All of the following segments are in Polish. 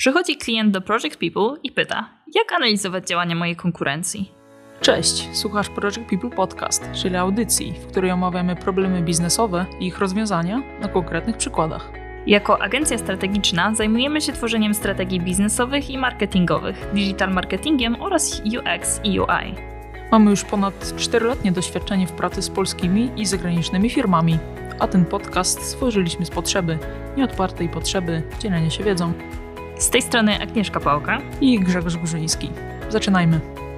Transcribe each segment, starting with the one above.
Przychodzi klient do Project People i pyta, jak analizować działania mojej konkurencji. Cześć, słuchasz Project People Podcast, czyli audycji, w której omawiamy problemy biznesowe i ich rozwiązania na konkretnych przykładach. Jako agencja strategiczna zajmujemy się tworzeniem strategii biznesowych i marketingowych, digital marketingiem oraz UX i UI. Mamy już ponad 4-letnie doświadczenie w pracy z polskimi i zagranicznymi firmami, a ten podcast stworzyliśmy z potrzeby, nieodpartej potrzeby dzielenia się wiedzą. Z tej strony Agnieszka Pałka I Grzegorz Górzyński. Zaczynajmy.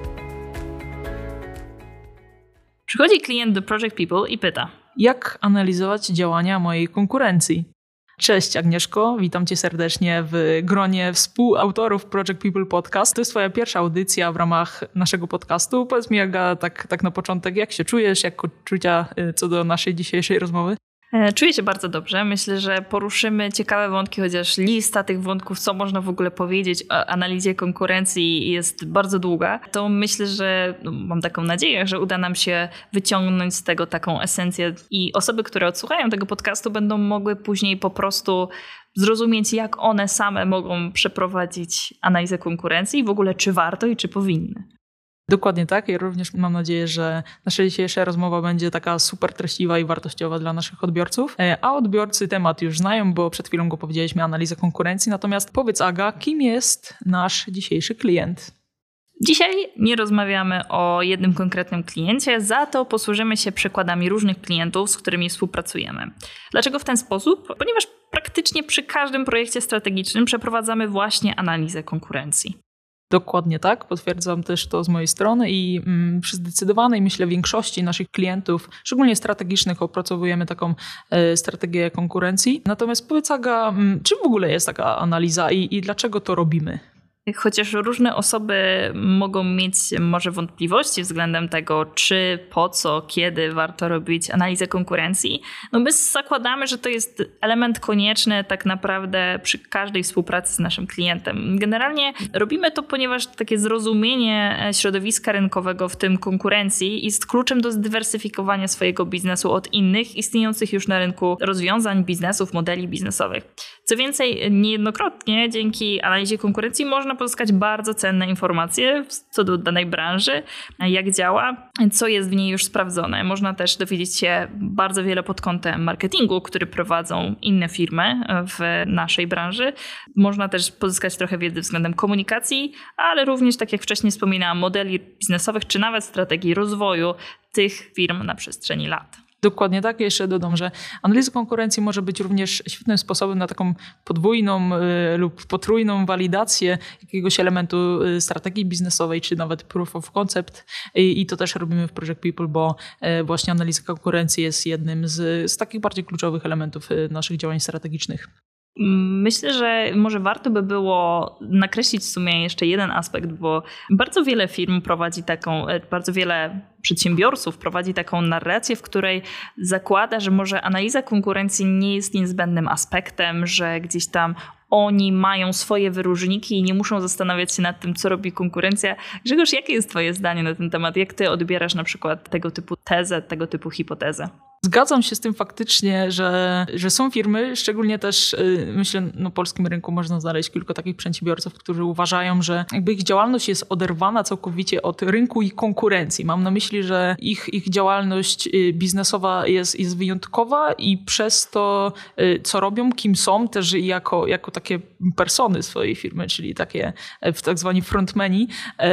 Przychodzi klient do Project People i pyta, jak analizować działania mojej konkurencji? Cześć Agnieszko, witam Cię serdecznie w gronie współautorów Project People Podcast. To jest Twoja pierwsza audycja w ramach naszego podcastu. Powiedz mi, Aga, tak na początek, jak się czujesz, jak odczucia co do naszej dzisiejszej rozmowy? Czuję się bardzo dobrze. Myślę, że poruszymy ciekawe wątki, chociaż lista tych wątków, co można w ogóle powiedzieć o analizie konkurencji jest bardzo długa. To myślę, że mam taką nadzieję, że uda nam się wyciągnąć z tego taką esencję i osoby, które odsłuchają tego podcastu, będą mogły później po prostu zrozumieć, jak one same mogą przeprowadzić analizę konkurencji i w ogóle czy warto i czy powinny. Dokładnie tak. Ja również mam nadzieję, że nasza dzisiejsza rozmowa będzie taka super treściwa i wartościowa dla naszych odbiorców. A odbiorcy temat już znają, bo przed chwilą go powiedzieliśmy, analizę konkurencji. Natomiast powiedz, Aga, kim jest nasz dzisiejszy klient? Dzisiaj nie rozmawiamy o jednym konkretnym kliencie, za to posłużymy się przykładami różnych klientów, z którymi współpracujemy. Dlaczego w ten sposób? Ponieważ praktycznie przy każdym projekcie strategicznym przeprowadzamy właśnie analizę konkurencji. Dokładnie tak, potwierdzam też to z mojej strony i przy zdecydowanej, myślę, większości naszych klientów, szczególnie strategicznych, opracowujemy taką strategię konkurencji. Natomiast powiedz, Aga, czym w ogóle jest taka analiza i dlaczego to robimy? Chociaż różne osoby mogą mieć może wątpliwości względem tego, czy, po co, kiedy warto robić analizę konkurencji, my zakładamy, że to jest element konieczny tak naprawdę przy każdej współpracy z naszym klientem. Generalnie robimy to, ponieważ takie zrozumienie środowiska rynkowego, w tym konkurencji, jest kluczem do zdywersyfikowania swojego biznesu od innych istniejących już na rynku rozwiązań, biznesów, modeli biznesowych. Co więcej, niejednokrotnie dzięki analizie konkurencji można pozyskać bardzo cenne informacje co do danej branży, jak działa, co jest w niej już sprawdzone. Można też dowiedzieć się bardzo wiele pod kątem marketingu, który prowadzą inne firmy w naszej branży. Można też pozyskać trochę wiedzy względem komunikacji, ale również, tak jak wcześniej wspominałam, modeli biznesowych czy nawet strategii rozwoju tych firm na przestrzeni lat. Dokładnie tak. Jeszcze dodam, że analiza konkurencji może być również świetnym sposobem na taką podwójną lub potrójną walidację jakiegoś elementu strategii biznesowej, czy nawet proof of concept. I to też robimy w Project People, bo właśnie analiza konkurencji jest jednym z takich bardziej kluczowych elementów naszych działań strategicznych. Myślę, że może warto by było nakreślić w sumie jeszcze jeden aspekt, bo bardzo wiele firm prowadzi bardzo wiele przedsiębiorców prowadzi taką narrację, w której zakłada, że może analiza konkurencji nie jest niezbędnym aspektem, że gdzieś tam oni mają swoje wyróżniki i nie muszą zastanawiać się nad tym, co robi konkurencja. Grzegorz, jakie jest Twoje zdanie na ten temat? Jak Ty odbierasz na przykład tego typu tezę, tego typu hipotezę? Zgadzam się z tym faktycznie, że są firmy, szczególnie też myślę, na polskim rynku można znaleźć kilku takich przedsiębiorców, którzy uważają, że jakby ich działalność jest oderwana całkowicie od rynku i konkurencji. Mam na myśli, że ich działalność biznesowa jest wyjątkowa i przez to, co robią, kim są, też jako takie persony swojej firmy, czyli takie tak zwani frontmeni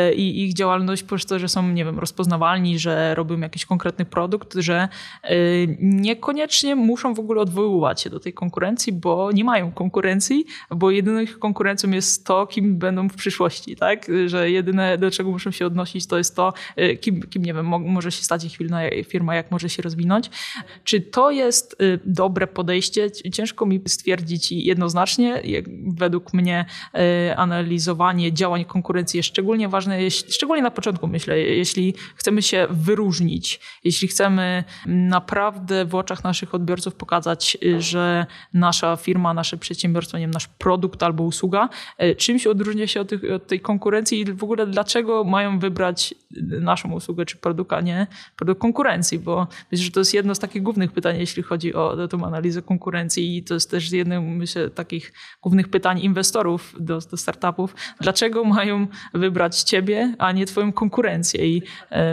i ich działalność przez to, że są, nie wiem, rozpoznawalni, że robią jakiś konkretny produkt, że niekoniecznie muszą w ogóle odwoływać się do tej konkurencji, bo nie mają konkurencji, bo jedyną ich konkurencją jest to, kim będą w przyszłości, tak? Że jedyne, do czego muszą się odnosić, to jest to, kim nie wiem, może się stać ich firma, jak może się rozwinąć. Czy to jest dobre podejście? Ciężko mi stwierdzić jednoznacznie. Według mnie analizowanie działań konkurencji jest szczególnie ważne, szczególnie na początku, myślę, jeśli chcemy się wyróżnić, jeśli chcemy naprawdę naprawdę w oczach naszych odbiorców pokazać, że nasza firma, nasze przedsiębiorstwo, nie wiem, nasz produkt albo usługa czymś odróżnia się od tej konkurencji i w ogóle dlaczego mają wybrać naszą usługę czy produkt, a nie produkt konkurencji, bo myślę, że to jest jedno z takich głównych pytań, jeśli chodzi o tą analizę konkurencji i to jest też jedno, myślę, takich głównych pytań inwestorów do startupów. Dlaczego mają wybrać ciebie, a nie twoją konkurencję? I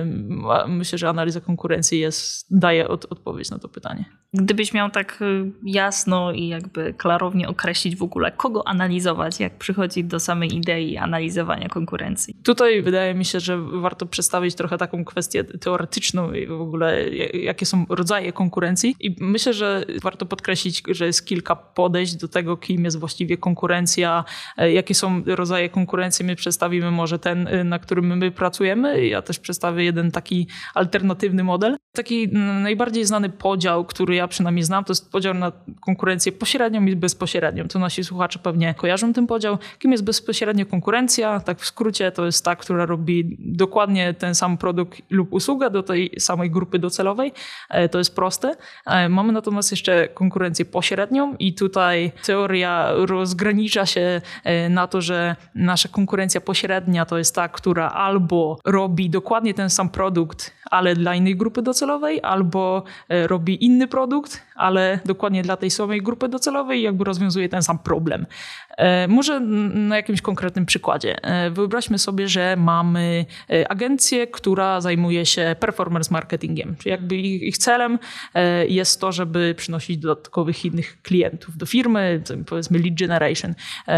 myślę, że analiza konkurencji daje odpowiedź na to pytanie. Gdybyś miał tak jasno i jakby klarownie określić w ogóle, kogo analizować, jak przychodzi do samej idei analizowania konkurencji? Tutaj wydaje mi się, że warto przedstawić trochę taką kwestię teoretyczną i w ogóle jakie są rodzaje konkurencji. I myślę, że warto podkreślić, że jest kilka podejść do tego, kim jest właściwie konkurencja, jakie są rodzaje konkurencji. My przedstawimy może ten, na którym my pracujemy. Ja też przedstawię jeden taki alternatywny model. Taki najbardziej znany podział, który ja przynajmniej znam, to jest podział na konkurencję pośrednią i bezpośrednią. To nasi słuchacze pewnie kojarzą ten podział. Kim jest bezpośrednia konkurencja? Tak w skrócie to jest ta, która robi dokładnie ten sam produkt lub usługę do tej samej grupy docelowej. To jest proste. Mamy natomiast jeszcze konkurencję pośrednią i tutaj teoria rozgranicza się na to, że nasza konkurencja pośrednia to jest ta, która albo robi dokładnie ten sam produkt, ale dla innej grupy docelowej, albo robi inny produkt, ale dokładnie dla tej samej grupy docelowej i jakby rozwiązuje ten sam problem. Może na jakimś konkretnym przykładzie. Wyobraźmy sobie, że mamy agencję, która zajmuje się performance marketingiem. Czyli jakby ich celem jest to, żeby przynosić dodatkowych innych klientów do firmy, powiedzmy lead generation.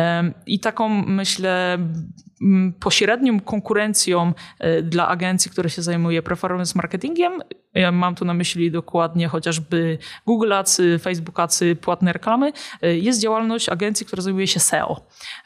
I taką, myślę, pośrednią konkurencją dla agencji, która się zajmuje performance marketingiem, ja mam tu na myśli dokładnie chociażby Google Ads, Facebook Ads, płatne reklamy, jest działalność agencji, która zajmuje się SEO.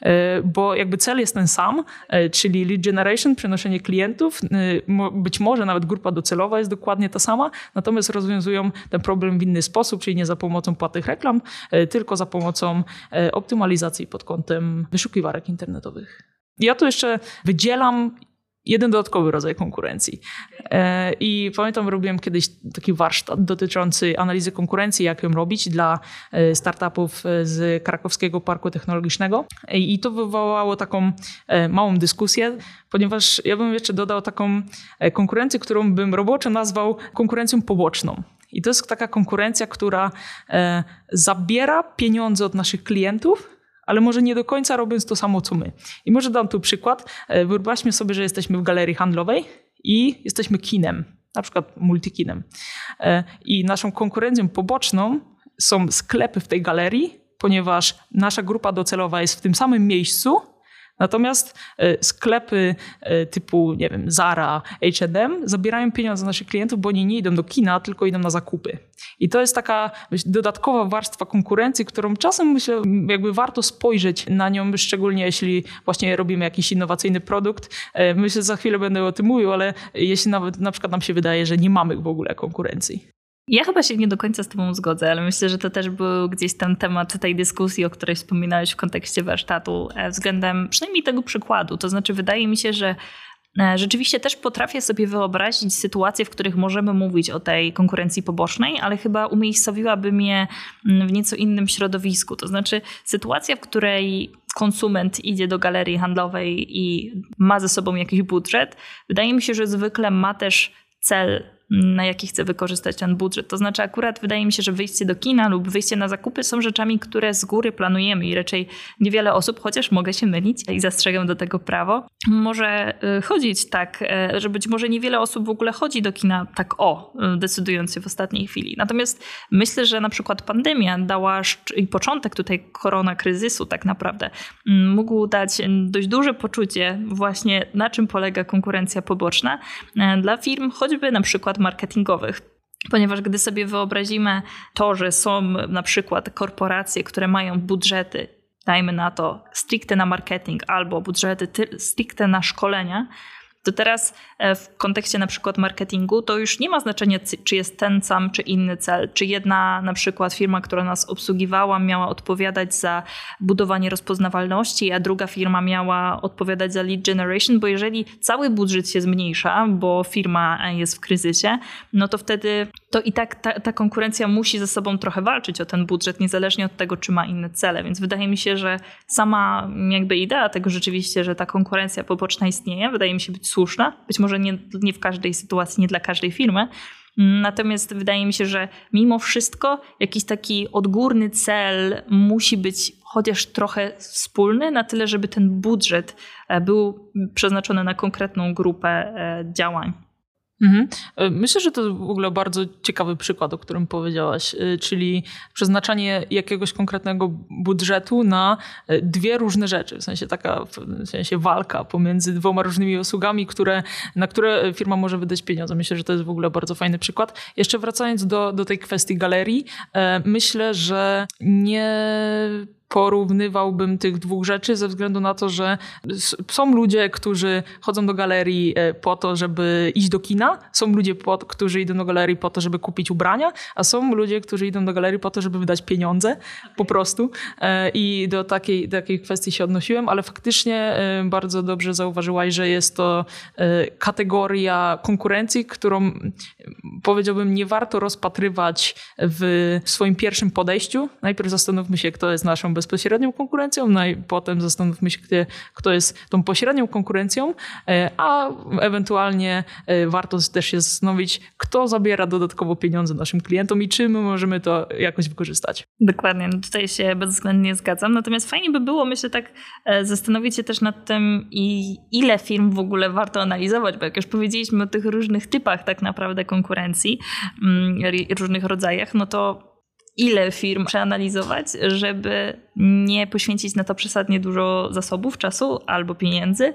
Bo jakby cel jest ten sam, czyli lead generation, przenoszenie klientów, być może nawet grupa docelowa jest dokładnie ta sama, natomiast rozwiązują ten problem w inny sposób, czyli nie za pomocą płatnych reklam, tylko za pomocą optymalizacji pod kątem wyszukiwarek internetowych. Ja tu jeszcze wydzielam jeden dodatkowy rodzaj konkurencji. I pamiętam, robiłem kiedyś taki warsztat dotyczący analizy konkurencji, jak ją robić dla startupów z Krakowskiego Parku Technologicznego. I to wywołało taką małą dyskusję, ponieważ ja bym jeszcze dodał taką konkurencję, którą bym roboczo nazwał konkurencją poboczną. I to jest taka konkurencja, która zabiera pieniądze od naszych klientów, ale może nie do końca robiąc to samo, co my. I może dam tu przykład. Wyobraźmy sobie, że jesteśmy w galerii handlowej i jesteśmy kinem, na przykład multikinem. I naszą konkurencją poboczną są sklepy w tej galerii, ponieważ nasza grupa docelowa jest w tym samym miejscu, natomiast sklepy typu, nie wiem, Zara, H&M zabierają pieniądze z naszych klientów, bo oni nie idą do kina, tylko idą na zakupy. I to jest taka dodatkowa warstwa konkurencji, którą czasem, myślę, jakby warto spojrzeć na nią, szczególnie jeśli właśnie robimy jakiś innowacyjny produkt. Myślę, że za chwilę będę o tym mówił, ale jeśli nawet na przykład nam się wydaje, że nie mamy w ogóle konkurencji. Ja chyba się nie do końca z tobą zgodzę, ale myślę, że to też był gdzieś ten temat tej dyskusji, o której wspominałeś w kontekście warsztatu, względem przynajmniej tego przykładu. To znaczy, wydaje mi się, że rzeczywiście też potrafię sobie wyobrazić sytuacje, w których możemy mówić o tej konkurencji pobocznej, ale chyba umiejscowiłabym je w nieco innym środowisku. To znaczy sytuacja, w której konsument idzie do galerii handlowej i ma ze sobą jakiś budżet, wydaje mi się, że zwykle ma też cel, na jaki chce wykorzystać ten budżet. To znaczy akurat wydaje mi się, że wyjście do kina lub wyjście na zakupy są rzeczami, które z góry planujemy i raczej niewiele osób, chociaż mogę się mylić i zastrzegam do tego prawo, może chodzić tak, że być może niewiele osób w ogóle chodzi do kina tak decydując się w ostatniej chwili. Natomiast myślę, że na przykład pandemia dała i początek tutaj koronakryzysu tak naprawdę mógł dać dość duże poczucie właśnie na czym polega konkurencja poboczna dla firm, choćby na przykład marketingowych. Ponieważ gdy sobie wyobrazimy to, że są na przykład korporacje, które mają budżety, dajmy na to stricte na marketing albo budżety stricte na szkolenia, to teraz w kontekście na przykład marketingu to już nie ma znaczenia, czy jest ten sam, czy inny cel. Czy jedna na przykład firma, która nas obsługiwała, miała odpowiadać za budowanie rozpoznawalności, a druga firma miała odpowiadać za lead generation, bo jeżeli cały budżet się zmniejsza, bo firma jest w kryzysie, no to wtedy to i tak ta konkurencja musi ze sobą trochę walczyć o ten budżet, niezależnie od tego, czy ma inne cele. Więc wydaje mi się, że sama jakby idea tego rzeczywiście, że ta konkurencja poboczna istnieje, wydaje mi się być słuszna. Być może nie w każdej sytuacji, nie dla każdej firmy. Natomiast wydaje mi się, że mimo wszystko jakiś taki odgórny cel musi być chociaż trochę wspólny, na tyle, żeby ten budżet był przeznaczony na konkretną grupę działań. Myślę, że to w ogóle bardzo ciekawy przykład, o którym powiedziałaś, czyli przeznaczanie jakiegoś konkretnego budżetu na dwie różne rzeczy, w sensie walka pomiędzy dwoma różnymi usługami, na które firma może wydać pieniądze. Myślę, że to jest w ogóle bardzo fajny przykład. Jeszcze wracając do tej kwestii galerii, myślę, że nie porównywałbym tych dwóch rzeczy ze względu na to, że są ludzie, którzy chodzą do galerii po to, żeby iść do kina, są ludzie, którzy idą do galerii po to, żeby kupić ubrania, a są ludzie, którzy idą do galerii po to, żeby wydać pieniądze po prostu. I do takiej kwestii się odnosiłem, ale faktycznie bardzo dobrze zauważyłaś, że jest to kategoria konkurencji, którą powiedziałbym nie warto rozpatrywać w swoim pierwszym podejściu. Najpierw zastanówmy się, kto jest naszą bezpośrednią konkurencją, no i potem zastanówmy się, kto jest tą pośrednią konkurencją, a ewentualnie warto też się zastanowić, kto zabiera dodatkowo pieniądze naszym klientom i czy my możemy to jakoś wykorzystać. Dokładnie, no tutaj się bezwzględnie zgadzam. Natomiast fajnie by było, myślę, tak zastanowić się też nad tym, ile firm w ogóle warto analizować, bo jak już powiedzieliśmy o tych różnych typach tak naprawdę konkurencji, różnych rodzajach, no to ile firm przeanalizować, żeby nie poświęcić na to przesadnie dużo zasobów, czasu albo pieniędzy,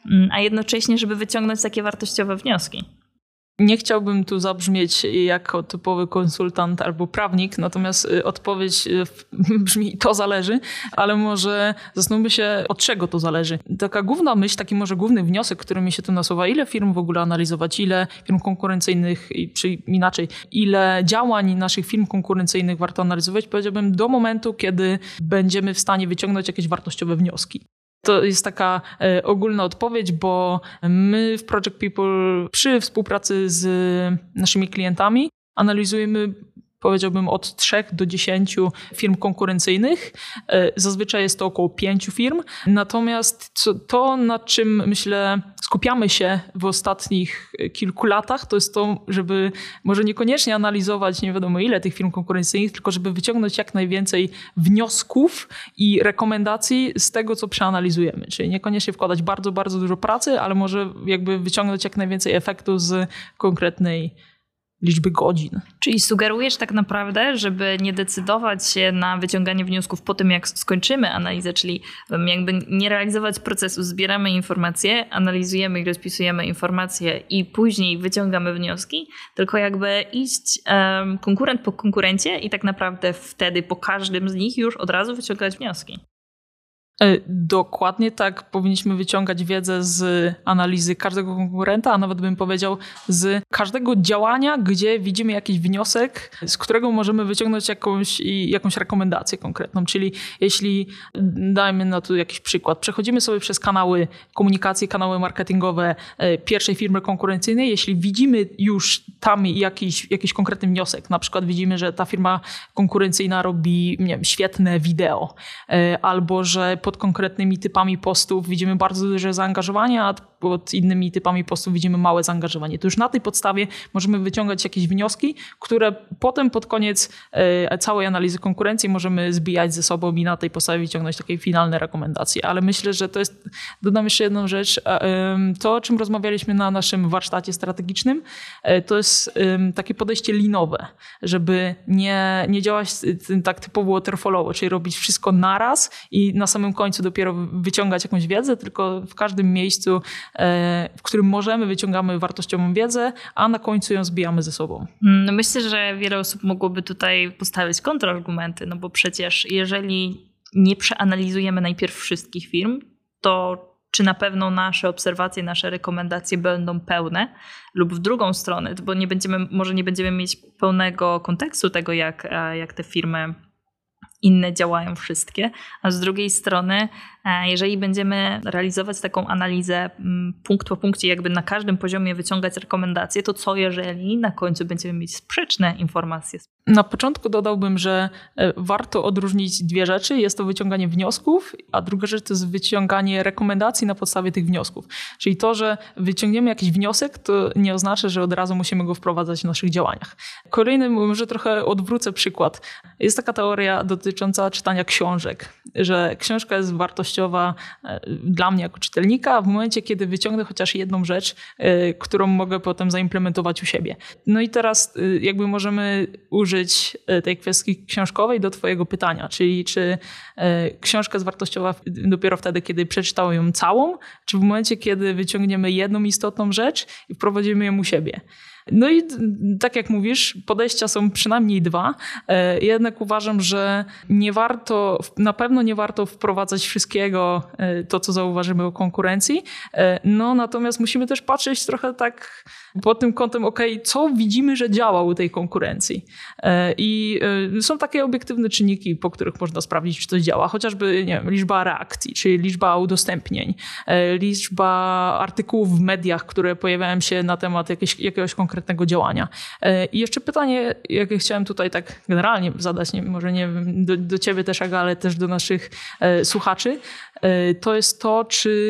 a jednocześnie, żeby wyciągnąć takie wartościowe wnioski. Nie chciałbym tu zabrzmieć jako typowy konsultant albo prawnik, natomiast odpowiedź brzmi to zależy, ale może zastanówmy się, od czego to zależy. Taka główna myśl, taki może główny wniosek, który mi się tu nasuwa, ile firm w ogóle analizować, ile firm konkurencyjnych, czy inaczej, ile działań naszych firm konkurencyjnych warto analizować, powiedziałbym do momentu, kiedy będziemy w stanie wyciągnąć jakieś wartościowe wnioski. To jest taka ogólna odpowiedź, bo my w Project People przy współpracy z naszymi klientami analizujemy, powiedziałbym, od 3 do 10 firm konkurencyjnych. Zazwyczaj jest to około 5 firm. Natomiast to, nad czym myślę skupiamy się w ostatnich kilku latach, to jest to, żeby może niekoniecznie analizować nie wiadomo ile tych firm konkurencyjnych, tylko żeby wyciągnąć jak najwięcej wniosków i rekomendacji z tego, co przeanalizujemy. Czyli niekoniecznie wkładać bardzo, bardzo dużo pracy, ale może jakby wyciągnąć jak najwięcej efektu z konkretnej liczby godzin. Czyli sugerujesz tak naprawdę, żeby nie decydować się na wyciąganie wniosków po tym, jak skończymy analizę, czyli jakby nie realizować procesu. Zbieramy informacje, analizujemy i rozpisujemy informacje i później wyciągamy wnioski, tylko jakby iść konkurent po konkurencie i tak naprawdę wtedy po każdym z nich już od razu wyciągać wnioski. Dokładnie tak. Powinniśmy wyciągać wiedzę z analizy każdego konkurenta, a nawet bym powiedział z każdego działania, gdzie widzimy jakiś wniosek, z którego możemy wyciągnąć jakąś rekomendację konkretną. Czyli jeśli, dajmy na to jakiś przykład, przechodzimy sobie przez kanały komunikacji, kanały marketingowe pierwszej firmy konkurencyjnej, jeśli widzimy już tam jakiś konkretny wniosek, na przykład widzimy, że ta firma konkurencyjna robi, nie wiem, świetne wideo, albo że pod konkretnymi typami postów widzimy bardzo duże zaangażowanie, a pod innymi typami postów widzimy małe zaangażowanie. To już na tej podstawie możemy wyciągać jakieś wnioski, które potem pod koniec całej analizy konkurencji możemy zbijać ze sobą i na tej podstawie wyciągnąć takie finalne rekomendacje. Ale myślę, że to jest, dodam jeszcze jedną rzecz, to o czym rozmawialiśmy na naszym warsztacie strategicznym, to jest takie podejście leanowe, żeby nie działać tak typowo waterfallowo, czyli robić wszystko naraz i na samym końcu dopiero wyciągać jakąś wiedzę, tylko w każdym miejscu, w którym możemy, wyciągamy wartościową wiedzę, a na końcu ją zbijamy ze sobą. No myślę, że wiele osób mogłoby tutaj postawić kontrargumenty, no bo przecież jeżeli nie przeanalizujemy najpierw wszystkich firm, to czy na pewno nasze obserwacje, nasze rekomendacje będą pełne lub w drugą stronę, bo może nie będziemy mieć pełnego kontekstu tego, jak te firmy inne działają wszystkie, a z drugiej strony jeżeli będziemy realizować taką analizę punkt po punkcie, jakby na każdym poziomie wyciągać rekomendacje, to co jeżeli na końcu będziemy mieć sprzeczne informacje? Na początku dodałbym, że warto odróżnić dwie rzeczy. Jest to wyciąganie wniosków, a druga rzecz to jest wyciąganie rekomendacji na podstawie tych wniosków. Czyli to, że wyciągniemy jakiś wniosek, to nie oznacza, że od razu musimy go wprowadzać w naszych działaniach. Kolejny, może trochę odwrócę przykład. Jest taka teoria dotycząca czytania książek, że książka jest wartościowa dla mnie jako czytelnika w momencie, kiedy wyciągnę chociaż jedną rzecz, którą mogę potem zaimplementować u siebie. No i teraz jakby możemy użyć tej kwestii książkowej do twojego pytania, czyli czy książka jest wartościowa dopiero wtedy, kiedy przeczytałem ją całą, czy w momencie, kiedy wyciągniemy jedną istotną rzecz i wprowadzimy ją u siebie. No i tak jak mówisz, podejścia są przynajmniej dwa. Jednak uważam, że na pewno nie warto wprowadzać wszystkiego, to co zauważymy o konkurencji. No natomiast musimy też patrzeć trochę tak pod tym kątem, co widzimy, że działa u tej konkurencji. I są takie obiektywne czynniki, po których można sprawdzić, czy coś działa. Chociażby, nie wiem, liczba reakcji, czyli liczba udostępnień, liczba artykułów w mediach, które pojawiają się na temat jakiegoś konkretnego działania. I jeszcze pytanie, jakie chciałem tutaj tak generalnie zadać, może nie wiem, do ciebie też, Aga, ale też do naszych słuchaczy, to jest to,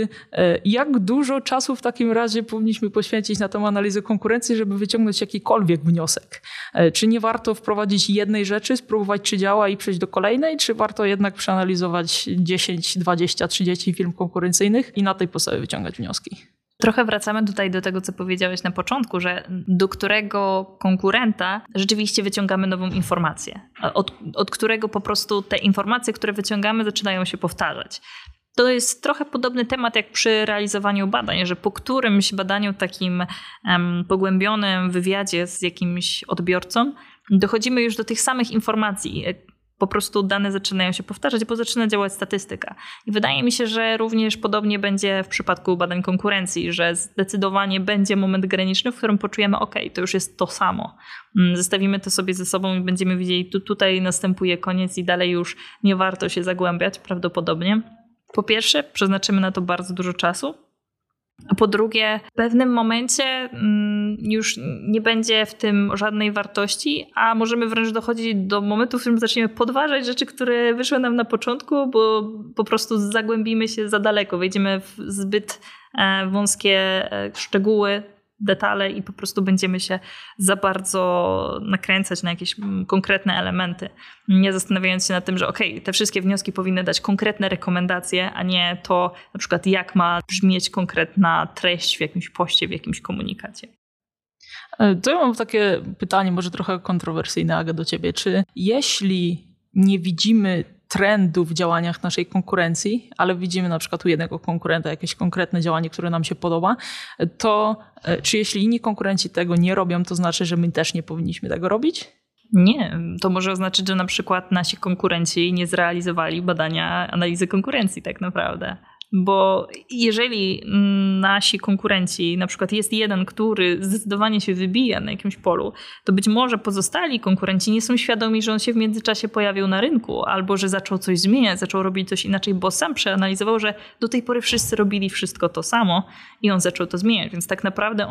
jak dużo czasu w takim razie powinniśmy poświęcić na tę analizę konkurencji, żeby wyciągnąć jakikolwiek wniosek. Czy nie warto wprowadzić jednej rzeczy, spróbować, czy działa i przejść do kolejnej, czy warto jednak przeanalizować 10, 20, 30 firm konkurencyjnych i na tej podstawie wyciągać wnioski? Trochę wracamy tutaj do tego, co powiedziałeś na początku, że do którego konkurenta rzeczywiście wyciągamy nową informację, od którego po prostu te informacje, które wyciągamy, zaczynają się powtarzać. To jest trochę podobny temat jak przy realizowaniu badań, że po którymś badaniu takim pogłębionym wywiadzie z jakimś odbiorcą dochodzimy już do tych samych informacji. Po prostu dane zaczynają się powtarzać, bo zaczyna działać statystyka. I wydaje mi się, że również podobnie będzie w przypadku badań konkurencji, że zdecydowanie będzie moment graniczny, w którym poczujemy, to już jest to samo. Zestawimy to sobie ze sobą i będziemy widzieli, tutaj następuje koniec i dalej już nie warto się zagłębiać prawdopodobnie. Po pierwsze, przeznaczymy na to bardzo dużo czasu. A po drugie, w pewnym momencie już nie będzie w tym żadnej wartości, a możemy wręcz dochodzić do momentu, w którym zaczniemy podważać rzeczy, które wyszły nam na początku, bo po prostu zagłębimy się za daleko, wejdziemy w zbyt wąskie szczegóły, detale i po prostu będziemy się za bardzo nakręcać na jakieś konkretne elementy, nie zastanawiając się nad tym, że te wszystkie wnioski powinny dać konkretne rekomendacje, a nie to na przykład jak ma brzmieć konkretna treść w jakimś poście, w jakimś komunikacie. To ja mam takie pytanie, może trochę kontrowersyjne, Aga, do ciebie. Czy jeśli nie widzimy trendu w działaniach naszej konkurencji, ale widzimy na przykład u jednego konkurenta jakieś konkretne działanie, które nam się podoba, to czy jeśli inni konkurenci tego nie robią, to znaczy, że my też nie powinniśmy tego robić? Nie, to może oznaczać, że na przykład nasi konkurenci nie zrealizowali badania analizy konkurencji tak naprawdę. Bo jeżeli nasi konkurenci, na przykład jest jeden, który zdecydowanie się wybija na jakimś polu, to być może pozostali konkurenci nie są świadomi, że on się w międzyczasie pojawił na rynku albo że zaczął coś zmieniać, zaczął robić coś inaczej, bo sam przeanalizował, że do tej pory wszyscy robili wszystko to samo i on zaczął to zmieniać. Więc tak naprawdę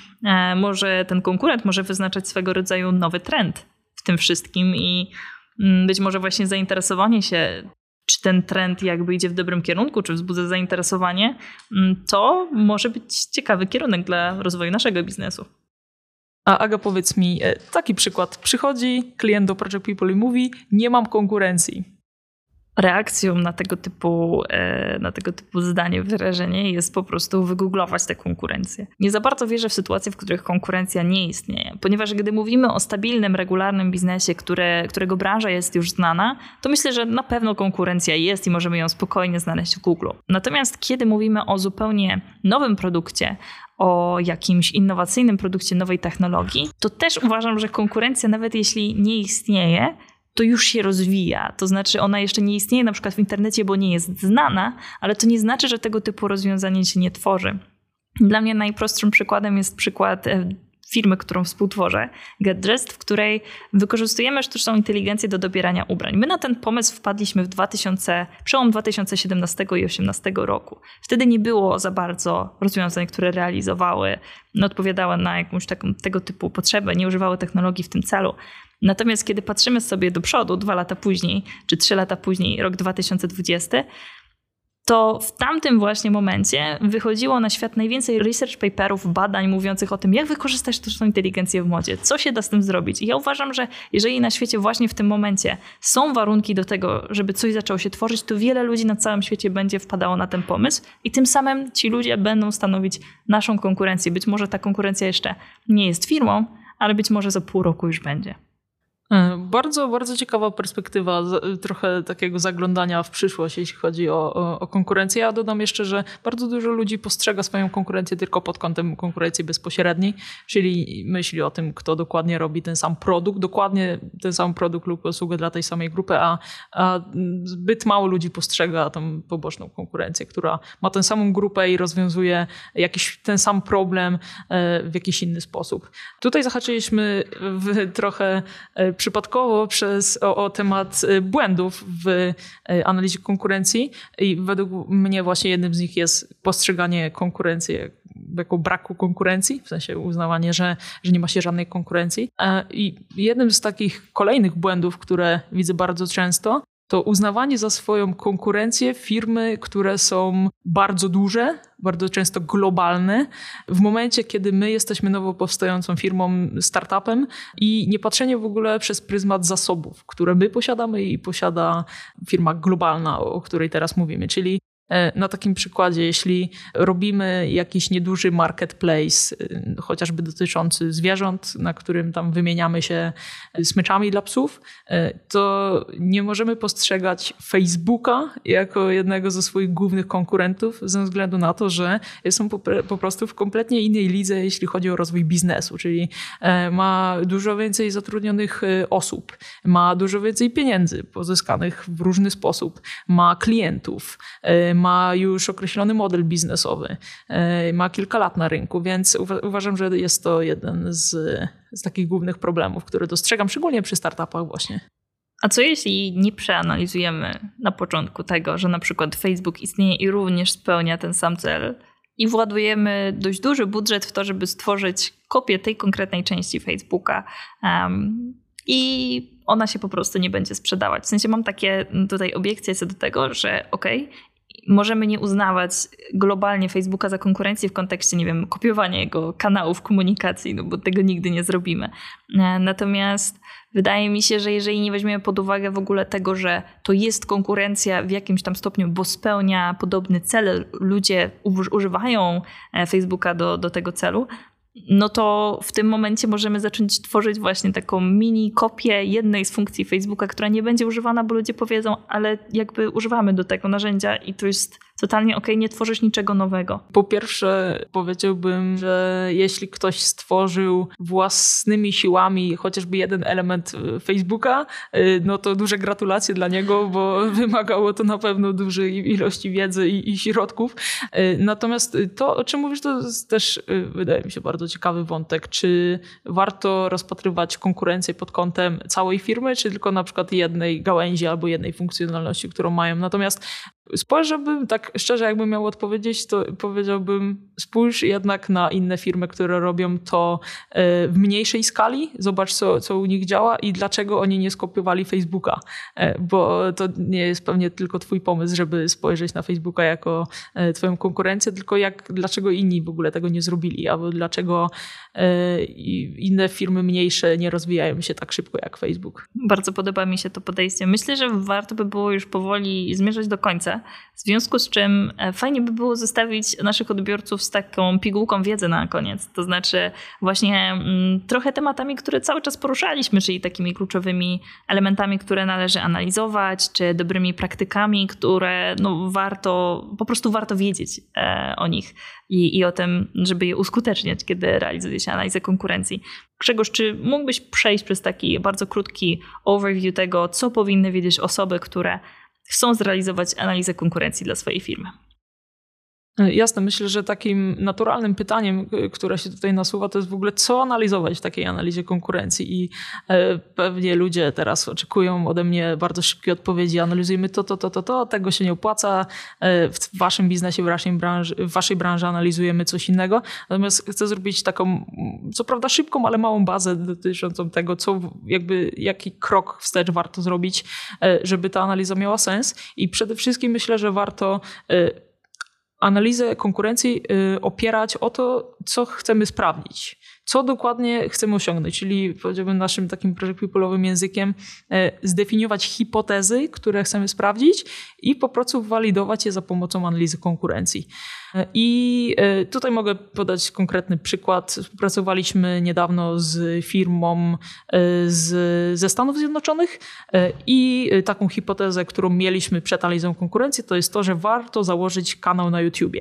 ten konkurent może wyznaczać swego rodzaju nowy trend w tym wszystkim i być może właśnie zainteresowanie się, czy ten trend jakby idzie w dobrym kierunku, czy wzbudza zainteresowanie, to może być ciekawy kierunek dla rozwoju naszego biznesu. A Aga, powiedz mi, taki przykład. Przychodzi klient do Project People i mówi, nie mam konkurencji. Reakcją na tego typu zdanie, wyrażenie jest po prostu wygooglować tę konkurencję. Nie za bardzo wierzę w sytuacje, w których konkurencja nie istnieje, ponieważ gdy mówimy o stabilnym, regularnym biznesie, którego branża jest już znana, to myślę, że na pewno konkurencja jest i możemy ją spokojnie znaleźć w Google. Natomiast kiedy mówimy o zupełnie nowym produkcie, o jakimś innowacyjnym produkcie nowej technologii, to też uważam, że konkurencja, nawet jeśli nie istnieje, to już się rozwija. To znaczy ona jeszcze nie istnieje na przykład w internecie, bo nie jest znana, ale to nie znaczy, że tego typu rozwiązanie się nie tworzy. Dla mnie najprostszym przykładem jest przykład firmy, którą współtworzę, GetDressed, w której wykorzystujemy sztuczną inteligencję do dobierania ubrań. My na ten pomysł wpadliśmy w przełom 2017 i 2018 roku. Wtedy nie było za bardzo rozwiązań, które realizowały, odpowiadały na jakąś taką tego typu potrzebę, nie używały technologii w tym celu. Natomiast kiedy patrzymy sobie do przodu 2 lata później, czy 3 lata później, rok 2020, to w tamtym właśnie momencie wychodziło na świat najwięcej research paperów, badań mówiących o tym, jak wykorzystać sztuczną inteligencję w modzie, co się da z tym zrobić. I ja uważam, że jeżeli na świecie właśnie w tym momencie są warunki do tego, żeby coś zaczęło się tworzyć, to wiele ludzi na całym świecie będzie wpadało na ten pomysł i tym samym ci ludzie będą stanowić naszą konkurencję. Być może ta konkurencja jeszcze nie jest firmą, ale być może za pół roku już będzie. Bardzo, bardzo ciekawa perspektywa, trochę takiego zaglądania w przyszłość, jeśli chodzi o konkurencję. Ja dodam jeszcze, że bardzo dużo ludzi postrzega swoją konkurencję tylko pod kątem konkurencji bezpośredniej, czyli myśli o tym, kto dokładnie robi ten sam produkt, dokładnie ten sam produkt lub usługę dla tej samej grupy, a zbyt mało ludzi postrzega tą poboczną konkurencję, która ma tę samą grupę i rozwiązuje jakiś ten sam problem w jakiś inny sposób. Tutaj zahaczyliśmy trochę przypadkowo o temat błędów w analizie konkurencji i według mnie właśnie jednym z nich jest postrzeganie konkurencji jako braku konkurencji, w sensie uznawanie, że nie ma się żadnej konkurencji. I jednym z takich kolejnych błędów, które widzę bardzo często, to uznawanie za swoją konkurencję firmy, które są bardzo duże, bardzo często globalne, w momencie, kiedy my jesteśmy nowo powstającą firmą, startupem i nie patrzenie w ogóle przez pryzmat zasobów, które my posiadamy i posiada firma globalna, o której teraz mówimy, czyli na takim przykładzie, jeśli robimy jakiś nieduży marketplace, chociażby dotyczący zwierząt, na którym tam wymieniamy się smyczami dla psów, to nie możemy postrzegać Facebooka jako jednego ze swoich głównych konkurentów ze względu na to, że są po prostu w kompletnie innej lidze, jeśli chodzi o rozwój biznesu, czyli ma dużo więcej zatrudnionych osób, ma dużo więcej pieniędzy pozyskanych w różny sposób, ma klientów, ma już określony model biznesowy, ma kilka lat na rynku, więc uważam, że jest to jeden z takich głównych problemów, które dostrzegam, szczególnie przy startupach właśnie. A co jeśli nie przeanalizujemy na początku tego, że na przykład Facebook istnieje i również spełnia ten sam cel i władujemy dość duży budżet w to, żeby stworzyć kopię tej konkretnej części Facebooka i ona się po prostu nie będzie sprzedawać. W sensie mam takie tutaj obiekcje co do tego, że możemy nie uznawać globalnie Facebooka za konkurencję w kontekście, nie wiem, kopiowania jego kanałów komunikacji, no bo tego nigdy nie zrobimy. Natomiast wydaje mi się, że jeżeli nie weźmiemy pod uwagę w ogóle tego, że to jest konkurencja w jakimś tam stopniu, bo spełnia podobny cel, ludzie używają Facebooka do tego celu, no to w tym momencie możemy zacząć tworzyć właśnie taką mini kopię jednej z funkcji Facebooka, która nie będzie używana, bo ludzie powiedzą, ale jakby używamy do tego narzędzia i to jest totalnie okej, nie tworzysz niczego nowego. Po pierwsze powiedziałbym, że jeśli ktoś stworzył własnymi siłami chociażby jeden element Facebooka, no to duże gratulacje dla niego, bo wymagało to na pewno dużej ilości wiedzy i środków. Natomiast to, o czym mówisz, to jest też wydaje mi się bardzo ciekawy wątek. Czy warto rozpatrywać konkurencję pod kątem całej firmy, czy tylko na przykład jednej gałęzi albo jednej funkcjonalności, którą mają? Natomiast spojrzałbym, tak szczerze jakbym miał odpowiedzieć, to powiedziałbym spójrz jednak na inne firmy, które robią to w mniejszej skali. Zobacz, co u nich działa i dlaczego oni nie skopiowali Facebooka. Bo to nie jest pewnie tylko twój pomysł, żeby spojrzeć na Facebooka jako twoją konkurencję, tylko dlaczego inni w ogóle tego nie zrobili, albo dlaczego inne firmy mniejsze nie rozwijają się tak szybko jak Facebook. Bardzo podoba mi się to podejście. Myślę, że warto by było już powoli zmierzać do końca. W związku z czym fajnie by było zostawić naszych odbiorców z taką pigułką wiedzy na koniec. To znaczy właśnie trochę tematami, które cały czas poruszaliśmy, czyli takimi kluczowymi elementami, które należy analizować, czy dobrymi praktykami, które po prostu warto wiedzieć o nich i o tym, żeby je uskuteczniać, kiedy realizuje się analizę konkurencji. Grzegorz, czy mógłbyś przejść przez taki bardzo krótki overview tego, co powinny wiedzieć osoby, które chcą zrealizować analizę konkurencji dla swojej firmy? Jasne, myślę, że takim naturalnym pytaniem, które się tutaj nasuwa, to jest w ogóle co analizować w takiej analizie konkurencji i pewnie ludzie teraz oczekują ode mnie bardzo szybkiej odpowiedzi, analizujemy to, tego się nie opłaca, w waszym biznesie, w waszej branży analizujemy coś innego, natomiast chcę zrobić taką, co prawda szybką, ale małą bazę dotyczącą tego, jaki krok wstecz warto zrobić, żeby ta analiza miała sens i przede wszystkim myślę, że warto analizę konkurencji opierać o to, co chcemy sprawdzić, co dokładnie chcemy osiągnąć, czyli powiedziałbym naszym takim project people'owym językiem zdefiniować hipotezy, które chcemy sprawdzić i po prostu walidować je za pomocą analizy konkurencji. I tutaj mogę podać konkretny przykład. Współpracowaliśmy niedawno z firmą ze Stanów Zjednoczonych i taką hipotezę, którą mieliśmy przed analizą konkurencji, to jest to, że warto założyć kanał na YouTubie.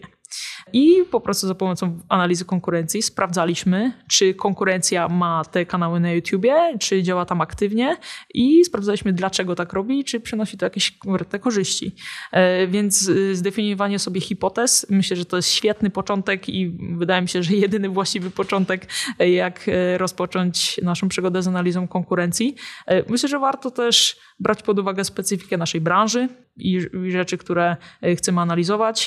I po prostu za pomocą analizy konkurencji sprawdzaliśmy, czy konkurencja ma te kanały na YouTubie, czy działa tam aktywnie i sprawdzaliśmy, dlaczego tak robi, czy przynosi to jakieś konkretne korzyści. Więc zdefiniowanie sobie hipotez, myślę, że to jest świetny początek i wydaje mi się, że jedyny właściwy początek, jak rozpocząć naszą przygodę z analizą konkurencji. Myślę, że warto też brać pod uwagę specyfikę naszej branży i rzeczy, które chcemy analizować.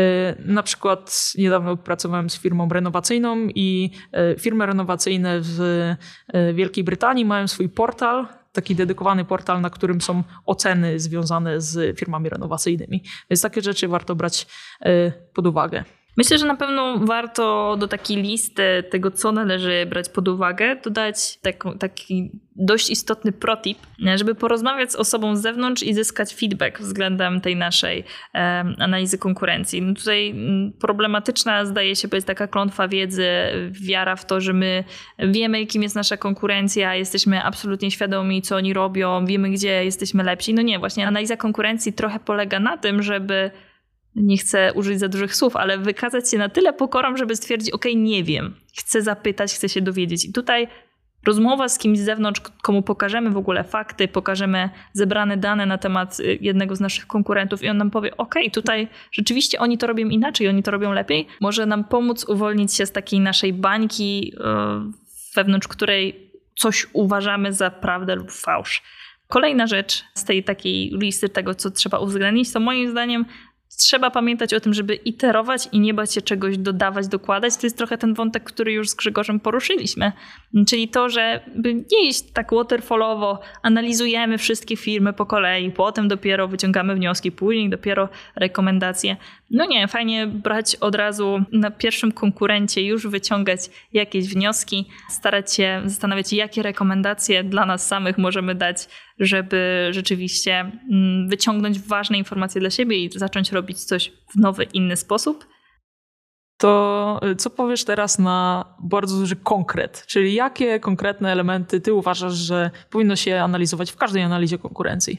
Na przykład niedawno pracowałem z firmą renowacyjną i firmy renowacyjne w Wielkiej Brytanii mają swój portal, taki dedykowany portal, na którym są oceny związane z firmami renowacyjnymi. Więc takie rzeczy warto brać pod uwagę. Myślę, że na pewno warto do takiej listy tego, co należy brać pod uwagę, dodać taki dość istotny protip, żeby porozmawiać z osobą z zewnątrz i zyskać feedback względem tej naszej analizy konkurencji. No tutaj problematyczna zdaje się być taka klątwa wiedzy, wiara w to, że my wiemy, kim jest nasza konkurencja, jesteśmy absolutnie świadomi, co oni robią, wiemy, gdzie jesteśmy lepsi. No nie, właśnie analiza konkurencji trochę polega na tym, żeby nie chcę użyć za dużych słów, ale wykazać się na tyle pokorą, żeby stwierdzić, nie wiem, chcę zapytać, chcę się dowiedzieć. I tutaj rozmowa z kimś z zewnątrz, komu pokażemy w ogóle fakty, pokażemy zebrane dane na temat jednego z naszych konkurentów i on nam powie, tutaj rzeczywiście oni to robią inaczej, oni to robią lepiej, może nam pomóc uwolnić się z takiej naszej bańki, wewnątrz której coś uważamy za prawdę lub fałsz. Kolejna rzecz z tej takiej listy tego, co trzeba uwzględnić, to moim zdaniem trzeba pamiętać o tym, żeby iterować i nie bać się czegoś dodawać, dokładać. To jest trochę ten wątek, który już z Grzegorzem poruszyliśmy. Czyli to, że nie iść tak waterfallowo, analizujemy wszystkie firmy po kolei, potem dopiero wyciągamy wnioski, później dopiero rekomendacje. No nie, fajnie brać od razu na pierwszym konkurencie, już wyciągać jakieś wnioski, starać się zastanawiać, jakie rekomendacje dla nas samych możemy dać, żeby rzeczywiście wyciągnąć ważne informacje dla siebie i zacząć robić coś w nowy, inny sposób. To co powiesz teraz na bardzo duży konkret? Czyli jakie konkretne elementy ty uważasz, że powinno się analizować w każdej analizie konkurencji?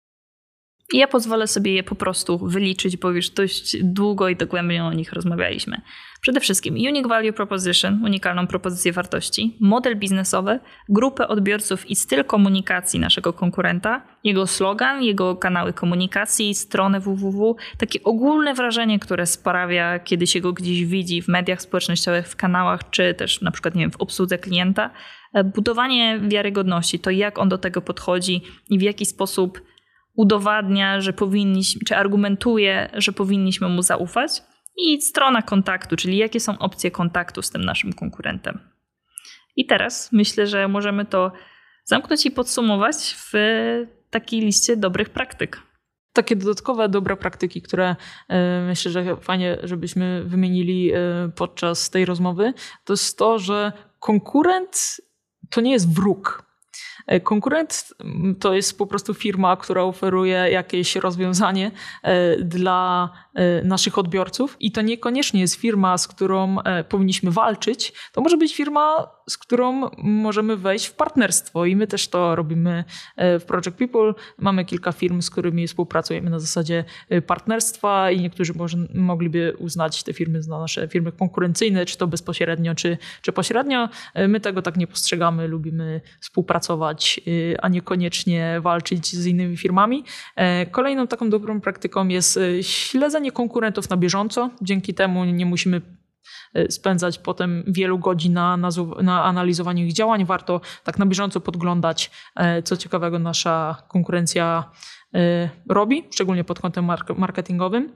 Ja pozwolę sobie je po prostu wyliczyć, bo już dość długo i dogłębnie o nich rozmawialiśmy. Przede wszystkim Unique Value Proposition, unikalną propozycję wartości, model biznesowy, grupę odbiorców i styl komunikacji naszego konkurenta, jego slogan, jego kanały komunikacji, stronę www, takie ogólne wrażenie, które sprawia, kiedy się go gdzieś widzi w mediach społecznościowych, w kanałach, czy też na przykład w obsłudze klienta. Budowanie wiarygodności, to jak on do tego podchodzi i w jaki sposób udowadnia, że powinniśmy, czy argumentuje, że powinniśmy mu zaufać. I strona kontaktu, czyli jakie są opcje kontaktu z tym naszym konkurentem. I teraz myślę, że możemy to zamknąć i podsumować w takiej liście dobrych praktyk. Takie dodatkowe dobre praktyki, które myślę, że fajnie, żebyśmy wymienili podczas tej rozmowy, to jest to, że konkurent to nie jest wróg. Konkurent to jest po prostu firma, która oferuje jakieś rozwiązanie dla naszych odbiorców i to niekoniecznie jest firma, z którą powinniśmy walczyć. To może być firma, z którą możemy wejść w partnerstwo i my też to robimy w Project People. Mamy kilka firm, z którymi współpracujemy na zasadzie partnerstwa i niektórzy mogliby uznać te firmy za nasze firmy konkurencyjne, czy to bezpośrednio, czy pośrednio. My tego tak nie postrzegamy, lubimy współpracować konkurować, a niekoniecznie walczyć z innymi firmami. Kolejną taką dobrą praktyką jest śledzenie konkurentów na bieżąco. Dzięki temu nie musimy spędzać potem wielu godzin na analizowaniu ich działań. Warto tak na bieżąco podglądać, co ciekawego nasza konkurencja robi, szczególnie pod kątem marketingowym.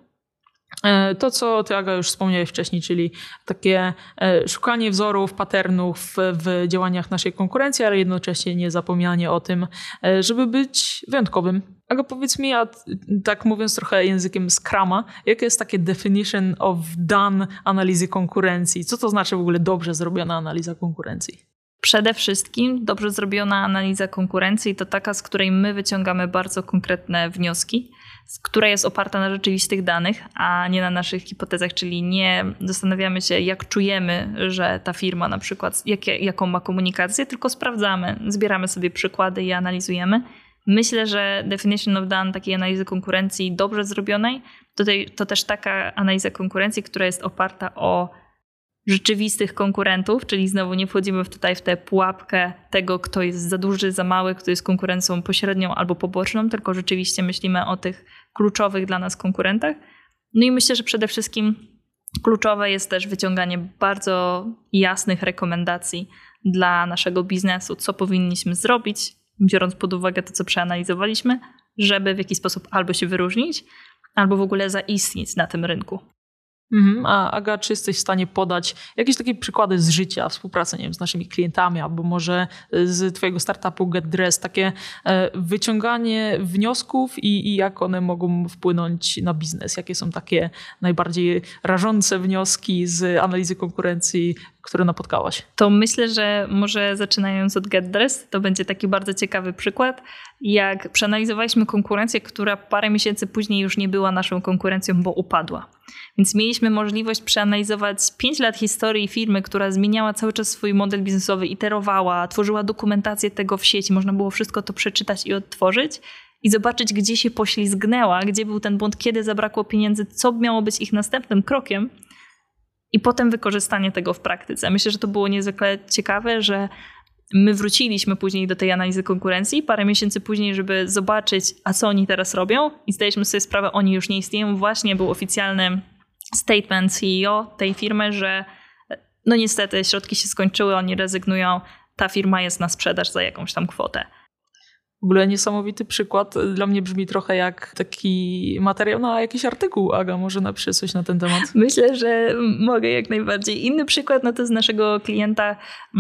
To, co ty, Aga, już wspomniałeś wcześniej, czyli takie szukanie wzorów, patternów w działaniach naszej konkurencji, ale jednocześnie nie zapominanie o tym, żeby być wyjątkowym. Aga, powiedz mi, a tak mówiąc trochę językiem Scruma, jakie jest takie definition of done analizy konkurencji? Co to znaczy w ogóle dobrze zrobiona analiza konkurencji? Przede wszystkim dobrze zrobiona analiza konkurencji to taka, z której my wyciągamy bardzo konkretne wnioski, która jest oparta na rzeczywistych danych, a nie na naszych hipotezach, czyli nie zastanawiamy się, jak czujemy, że ta firma na przykład, jaką ma komunikację, tylko sprawdzamy, zbieramy sobie przykłady i analizujemy. Myślę, że definition of done takiej analizy konkurencji dobrze zrobionej to też taka analiza konkurencji, która jest oparta o rzeczywistych konkurentów, czyli znowu nie wchodzimy tutaj w tę pułapkę tego, kto jest za duży, za mały, kto jest konkurencją pośrednią albo poboczną, tylko rzeczywiście myślimy o tych kluczowych dla nas konkurentach. No i myślę, że przede wszystkim kluczowe jest też wyciąganie bardzo jasnych rekomendacji dla naszego biznesu, co powinniśmy zrobić, biorąc pod uwagę to, co przeanalizowaliśmy, żeby w jakiś sposób albo się wyróżnić, albo w ogóle zaistnieć na tym rynku. A Aga, czy jesteś w stanie podać jakieś takie przykłady z życia, współpracy, nie wiem, z naszymi klientami, albo może z twojego startupu GetDressed, takie wyciąganie wniosków i jak one mogą wpłynąć na biznes? Jakie są takie najbardziej rażące wnioski z analizy konkurencji, które napotkałaś? To myślę, że może zaczynając od GetDressed, to będzie taki bardzo ciekawy przykład, jak przeanalizowaliśmy konkurencję, która parę miesięcy później już nie była naszą konkurencją, bo upadła. Więc mieliśmy możliwość przeanalizować 5 lat historii firmy, która zmieniała cały czas swój model biznesowy, iterowała, tworzyła dokumentację tego w sieci, można było wszystko to przeczytać i odtworzyć i zobaczyć, gdzie się poślizgnęła, gdzie był ten błąd, kiedy zabrakło pieniędzy, co miało być ich następnym krokiem i potem wykorzystanie tego w praktyce. Myślę, że to było niezwykle ciekawe, że my wróciliśmy później do tej analizy konkurencji parę miesięcy później, żeby zobaczyć, a co oni teraz robią i zdaliśmy sobie sprawę, oni już nie istnieją. Właśnie był oficjalny statement CEO tej firmy, że no niestety środki się skończyły, oni rezygnują, ta firma jest na sprzedaż za jakąś tam kwotę. W ogóle niesamowity przykład. Dla mnie brzmi trochę jak taki materiał na jakiś artykuł. Aga, może napisze coś na ten temat? Myślę, że mogę jak najbardziej. Inny przykład no to z naszego klienta,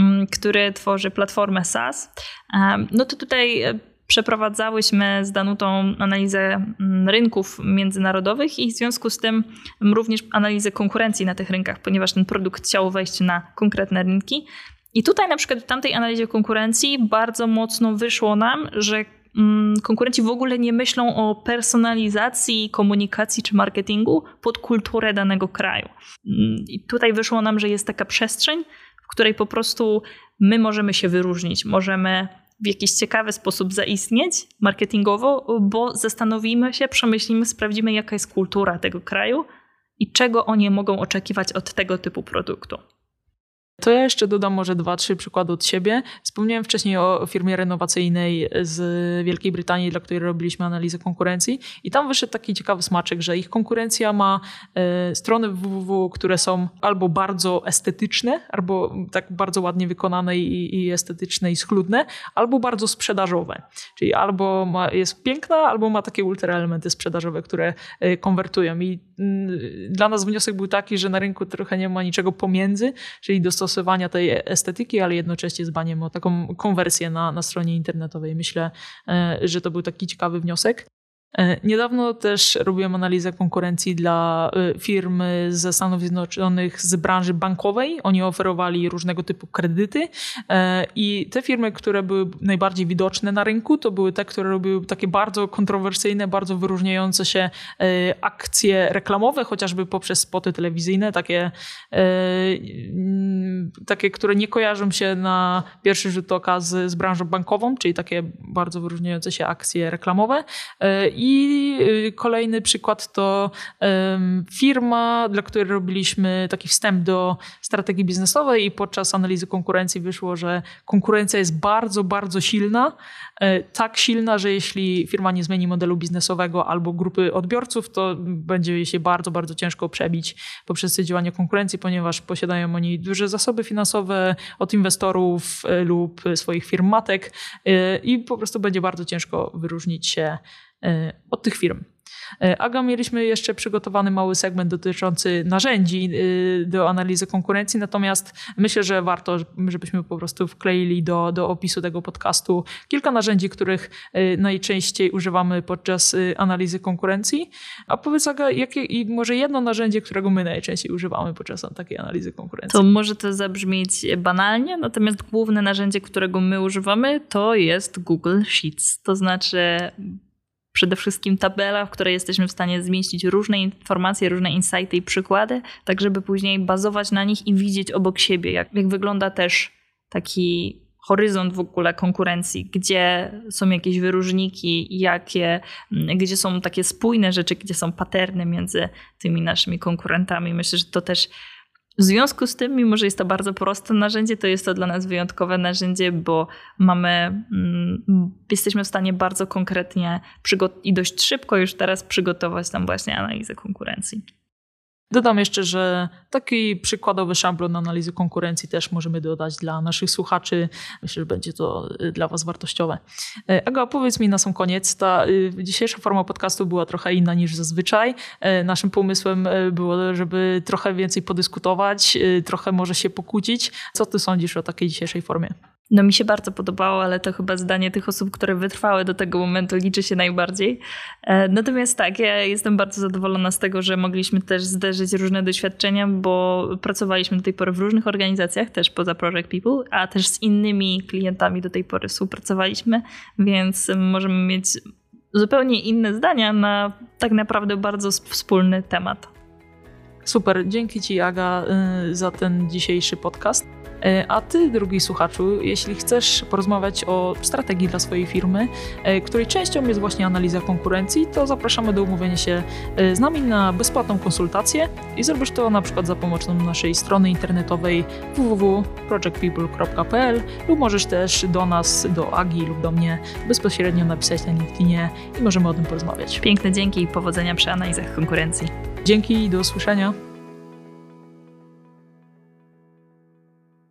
który tworzy platformę SaaS. No to tutaj przeprowadzałyśmy z Danutą analizę rynków międzynarodowych i w związku z tym również analizę konkurencji na tych rynkach, ponieważ ten produkt chciał wejść na konkretne rynki. I tutaj na przykład w tamtej analizie konkurencji bardzo mocno wyszło nam, że konkurenci w ogóle nie myślą o personalizacji, komunikacji czy marketingu pod kulturę danego kraju. I tutaj wyszło nam, że jest taka przestrzeń, w której po prostu my możemy się wyróżnić, możemy w jakiś ciekawy sposób zaistnieć marketingowo, bo zastanowimy się, przemyślimy, sprawdzimy, jaka jest kultura tego kraju i czego oni mogą oczekiwać od tego typu produktu. To ja jeszcze dodam może 2-3 przykłady od siebie. Wspomniałem wcześniej o firmie renowacyjnej z Wielkiej Brytanii, dla której robiliśmy analizę konkurencji i tam wyszedł taki ciekawy smaczek, że ich konkurencja ma strony www, które są albo bardzo estetyczne, albo tak bardzo ładnie wykonane i estetyczne i schludne, albo bardzo sprzedażowe. Czyli albo jest piękna, albo ma takie ultra elementy sprzedażowe, które konwertują. I dla nas wniosek był taki, że na rynku trochę nie ma niczego pomiędzy, czyli dostosowania tej estetyki, ale jednocześnie dbaniem o taką konwersję na stronie internetowej. Myślę, że to był taki ciekawy wniosek. Niedawno też robiłem analizę konkurencji dla firm ze Stanów Zjednoczonych z branży bankowej. Oni oferowali różnego typu kredyty i te firmy, które były najbardziej widoczne na rynku, to były te, które robiły takie bardzo kontrowersyjne, bardzo wyróżniające się akcje reklamowe, chociażby poprzez spoty telewizyjne, takie, które nie kojarzą się na pierwszy rzut oka z branżą bankową, czyli takie bardzo wyróżniające się akcje reklamowe. I kolejny przykład to firma, dla której robiliśmy taki wstęp do strategii biznesowej i podczas analizy konkurencji wyszło, że konkurencja jest bardzo, bardzo silna. Tak silna, że jeśli firma nie zmieni modelu biznesowego albo grupy odbiorców, to będzie jej się bardzo, bardzo ciężko przebić poprzez działanie konkurencji, ponieważ posiadają oni duże zasoby finansowe od inwestorów lub swoich firm matek i po prostu będzie bardzo ciężko wyróżnić się od tych firm. Aga, mieliśmy jeszcze przygotowany mały segment dotyczący narzędzi do analizy konkurencji, natomiast myślę, że warto, żebyśmy po prostu wkleili do opisu tego podcastu kilka narzędzi, których najczęściej używamy podczas analizy konkurencji. A powiedz, Aga, jakie i może jedno narzędzie, którego my najczęściej używamy podczas takiej analizy konkurencji? To może to zabrzmieć banalnie, natomiast główne narzędzie, którego my używamy, to jest Google Sheets. To znaczy przede wszystkim tabela, w której jesteśmy w stanie zmieścić różne informacje, różne insighty i przykłady, tak żeby później bazować na nich i widzieć obok siebie, jak wygląda też taki horyzont w ogóle konkurencji, gdzie są jakieś wyróżniki, gdzie są takie spójne rzeczy, gdzie są paterny między tymi naszymi konkurentami. Myślę, że to też w związku z tym, mimo że jest to bardzo proste narzędzie, to jest to dla nas wyjątkowe narzędzie, bo jesteśmy w stanie bardzo konkretnie i dość szybko już teraz przygotować tam właśnie analizę konkurencji. Dodam jeszcze, że taki przykładowy szablon analizy konkurencji też możemy dodać dla naszych słuchaczy. Myślę, że będzie to dla Was wartościowe. Aga, powiedz mi na sam koniec, ta dzisiejsza forma podcastu była trochę inna niż zazwyczaj. Naszym pomysłem było, żeby trochę więcej podyskutować, trochę może się pokłócić. Co Ty sądzisz o takiej dzisiejszej formie? No mi się bardzo podobało, ale to chyba zdanie tych osób, które wytrwały do tego momentu, liczy się najbardziej. Natomiast tak, ja jestem bardzo zadowolona z tego, że mogliśmy też zderzyć różne doświadczenia, bo pracowaliśmy do tej pory w różnych organizacjach, też poza Project People, a też z innymi klientami do tej pory współpracowaliśmy, więc możemy mieć zupełnie inne zdania na tak naprawdę bardzo wspólny temat. Super, dzięki Ci, Aga, za ten dzisiejszy podcast. A Ty, drogi słuchaczu, jeśli chcesz porozmawiać o strategii dla swojej firmy, której częścią jest właśnie analiza konkurencji, to zapraszamy do umówienia się z nami na bezpłatną konsultację i zrobisz to na przykład za pomocą naszej strony internetowej www.projectpeople.pl lub możesz też do nas, do Agi lub do mnie bezpośrednio napisać na LinkedInie i możemy o tym porozmawiać. Piękne dzięki i powodzenia przy analizach konkurencji. Dzięki i do usłyszenia.